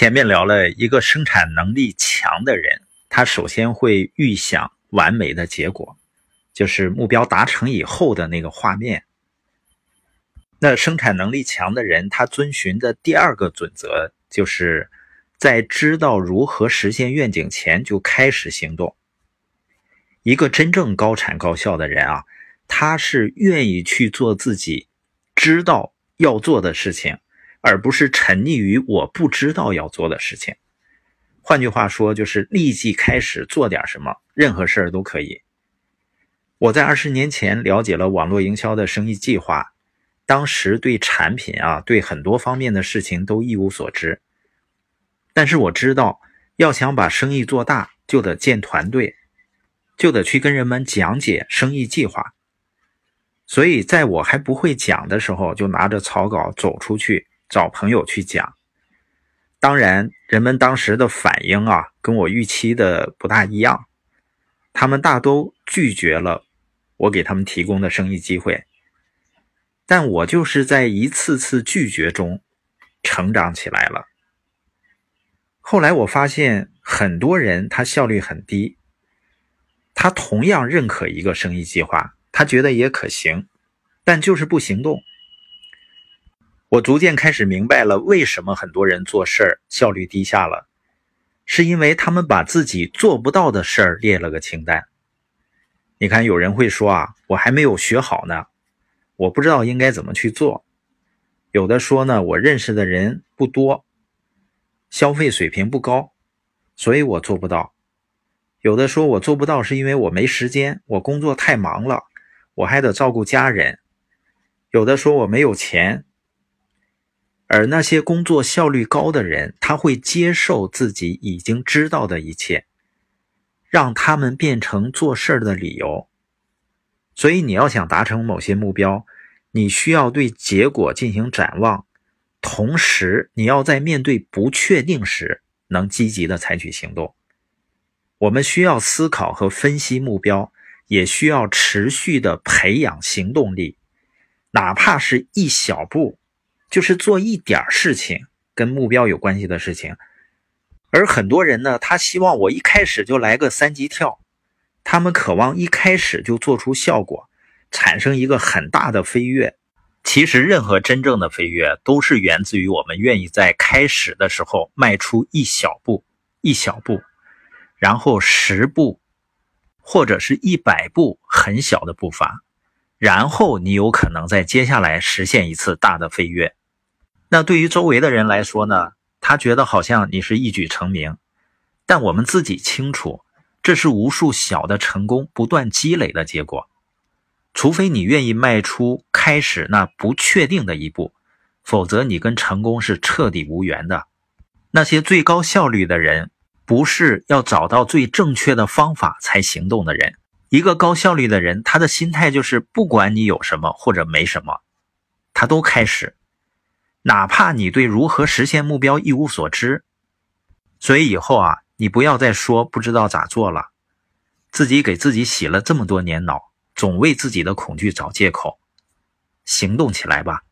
前面聊了一个生产能力强的人，他首先会预想完美的结果，就是目标达成以后的那个画面。那生产能力强的人，他遵循的第二个准则，就是在知道如何实现愿景前就开始行动。一个真正高产高效的人啊，他是愿意去做自己知道要做的事情，而不是沉溺于我不知道要做的事情。换句话说，就是立即开始做点什么，任何事儿都可以。我在20年前了解了网络营销的生意计划，当时对产品对很多方面的事情都一无所知。但是我知道，要想把生意做大，就得建团队，就得去跟人们讲解生意计划。所以在我还不会讲的时候，就拿着草稿走出去找朋友去讲。当然人们当时的反应跟我预期的不大一样，他们大都拒绝了我给他们提供的生意机会。但我就是在一次次拒绝中成长起来了。后来我发现很多人他效率很低，他同样认可一个生意计划，他觉得也可行，但就是不行动。我逐渐开始明白了为什么很多人做事儿效率低下了，是因为他们把自己做不到的事儿列了个清单。你看，有人会说我还没有学好呢，我不知道应该怎么去做。有的说呢，我认识的人不多，消费水平不高，所以我做不到。有的说我做不到是因为我没时间，我工作太忙了，我还得照顾家人。有的说我没有钱。而那些工作效率高的人，他会接受自己已经知道的一切，让他们变成做事的理由。所以你要想达成某些目标，你需要对结果进行展望，同时你要在面对不确定时能积极的采取行动。我们需要思考和分析目标，也需要持续的培养行动力，哪怕是一小步，就是做一点事情跟目标有关系的事情。而很多人呢，他希望我一开始就来个3级跳，他们渴望一开始就做出效果，产生一个很大的飞跃。其实任何真正的飞跃都是源自于我们愿意在开始的时候迈出一小步，然后10步或者是100步很小的步伐，然后你有可能在接下来实现一次大的飞跃。那对于周围的人来说呢，他觉得好像你是一举成名，但我们自己清楚，这是无数小的成功不断积累的结果。除非你愿意迈出开始那不确定的一步，否则你跟成功是彻底无缘的。那些最高效率的人，不是要找到最正确的方法才行动的人。一个高效率的人，他的心态就是不管你有什么或者没什么，他都开始，哪怕你对如何实现目标一无所知。所以以后你不要再说不知道咋做了，自己给自己洗了这么多年脑，总为自己的恐惧找借口，行动起来吧。